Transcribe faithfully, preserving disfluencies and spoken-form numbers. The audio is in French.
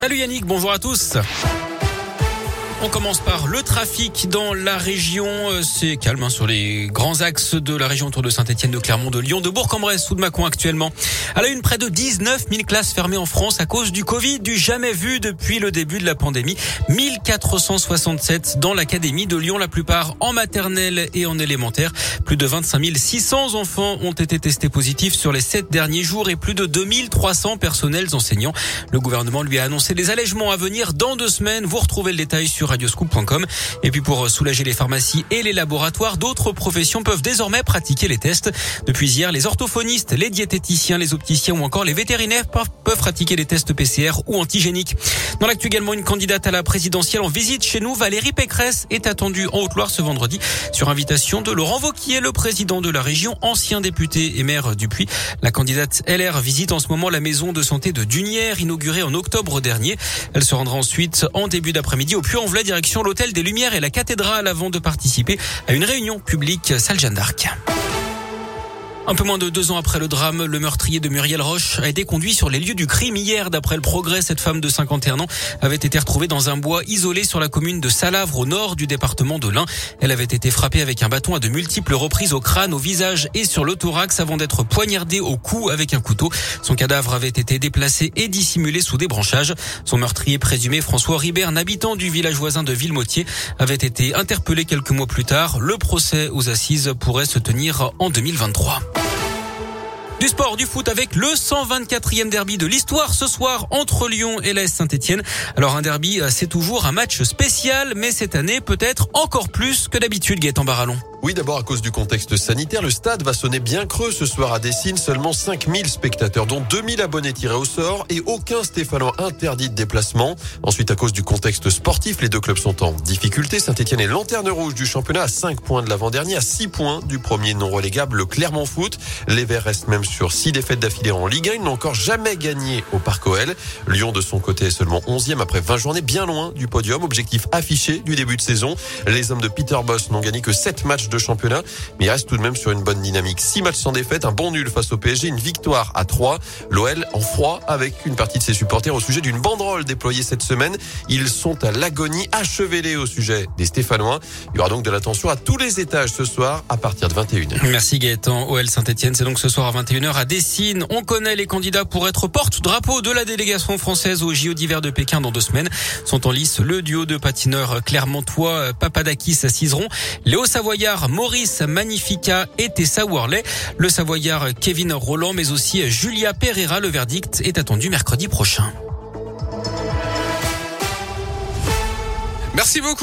Salut Yannick, bonjour à tous. On commence par le trafic dans la région. C'est calme hein, sur les grands axes de la région autour de Saint-Etienne, de Clermont, de Lyon, de Bourg-en-Bresse ou de Mâcon actuellement. À la une, près de dix-neuf mille classes fermées en France à cause du Covid, du jamais vu depuis le début de la pandémie. mille quatre cent soixante-sept dans l'académie de Lyon, la plupart en maternelle et en élémentaire. Plus de vingt-cinq mille six cents enfants ont été testés positifs sur les sept derniers jours et plus de deux mille trois cents personnels enseignants. Le gouvernement lui a annoncé des allègements à venir dans deux semaines. Vous retrouvez le détail sur radioscoop point com. Et puis pour soulager les pharmacies et les laboratoires, d'autres professions peuvent désormais pratiquer les tests. Depuis hier, les orthophonistes, les diététiciens, les opticiens ou encore les vétérinaires peuvent pratiquer les tests P C R ou antigéniques. Dans l'actu également, une candidate à la présidentielle en visite chez nous, Valérie Pécresse, est attendue en Haute-Loire ce vendredi sur invitation de Laurent Wauquiez, le président de la région, ancien député et maire du Puy. La candidate L R visite en ce moment la maison de santé de Dunières, inaugurée en octobre dernier. Elle se rendra ensuite en début d'après-midi au Puy-en-Velay, direction l'hôtel des Lumières et la cathédrale avant de participer à une réunion publique salle Jeanne d'Arc. Un peu moins de deux ans après le drame, le meurtrier de Muriel Roche a été conduit sur les lieux du crime hier. D'après le Progrès, cette femme de cinquante et un ans avait été retrouvée dans un bois isolé sur la commune de Salavre, au nord du département de l'Ain. Elle avait été frappée avec un bâton à de multiples reprises au crâne, au visage et sur le thorax avant d'être poignardée au cou avec un couteau. Son cadavre avait été déplacé et dissimulé sous des branchages. Son meurtrier présumé, François Ribert, un habitant du village voisin de Villemotier, avait été interpellé quelques mois plus tard. Le procès aux assises pourrait se tenir en deux mille vingt-trois. Du sport, du foot avec le cent vingt-quatrième derby de l'histoire ce soir entre Lyon et l'A S Saint-Etienne. Alors un derby, c'est toujours un match spécial, mais cette année peut-être encore plus que d'habitude, Gaëtan Barallon. Oui, d'abord à cause du contexte sanitaire, le stade va sonner bien creux ce soir à Dessines. Seulement cinq mille spectateurs, dont deux mille abonnés tirés au sort et aucun Stéphanois interdit de déplacement. Ensuite, à cause du contexte sportif, les deux clubs sont en difficulté. Saint-Etienne est lanterne rouge du championnat à cinq points de l'avant-dernier, à six points du premier non relégable, le Clermont Foot. Les Verts restent même sur six défaites d'affilée en Ligue un. Ils n'ont encore jamais gagné au Parc O L. Lyon, de son côté, est seulement onzième après vingt journées, bien loin du podium. Objectif affiché du début de saison. Les hommes de Peter Bosz n'ont gagné que sept matchs de championnat, mais il reste tout de même sur une bonne dynamique. six matchs sans défaite, un bon nul face au P S G, une victoire à trois. L'O L en froid avec une partie de ses supporters au sujet d'une banderole déployée cette semaine. Ils sont à l'agonie, achevelés au sujet des Stéphanois. Il y aura donc de l'attention à tous les étages ce soir à partir de vingt et une heures. Merci Gaëtan. O L Saint-Etienne, c'est donc ce soir à vingt et une heures à Dessines. On connaît les candidats pour être porte-drapeau de la délégation française aux J O d'hiver de Pékin dans deux semaines. Sont en lice le duo de patineurs clermontois Papadakis à Cizeron, Léo Savoyard, Maurice Magnifica et Tessa Worley, le Savoyard Kevin Roland, mais aussi Julia Pereira. Le verdict est attendu mercredi prochain. Merci beaucoup.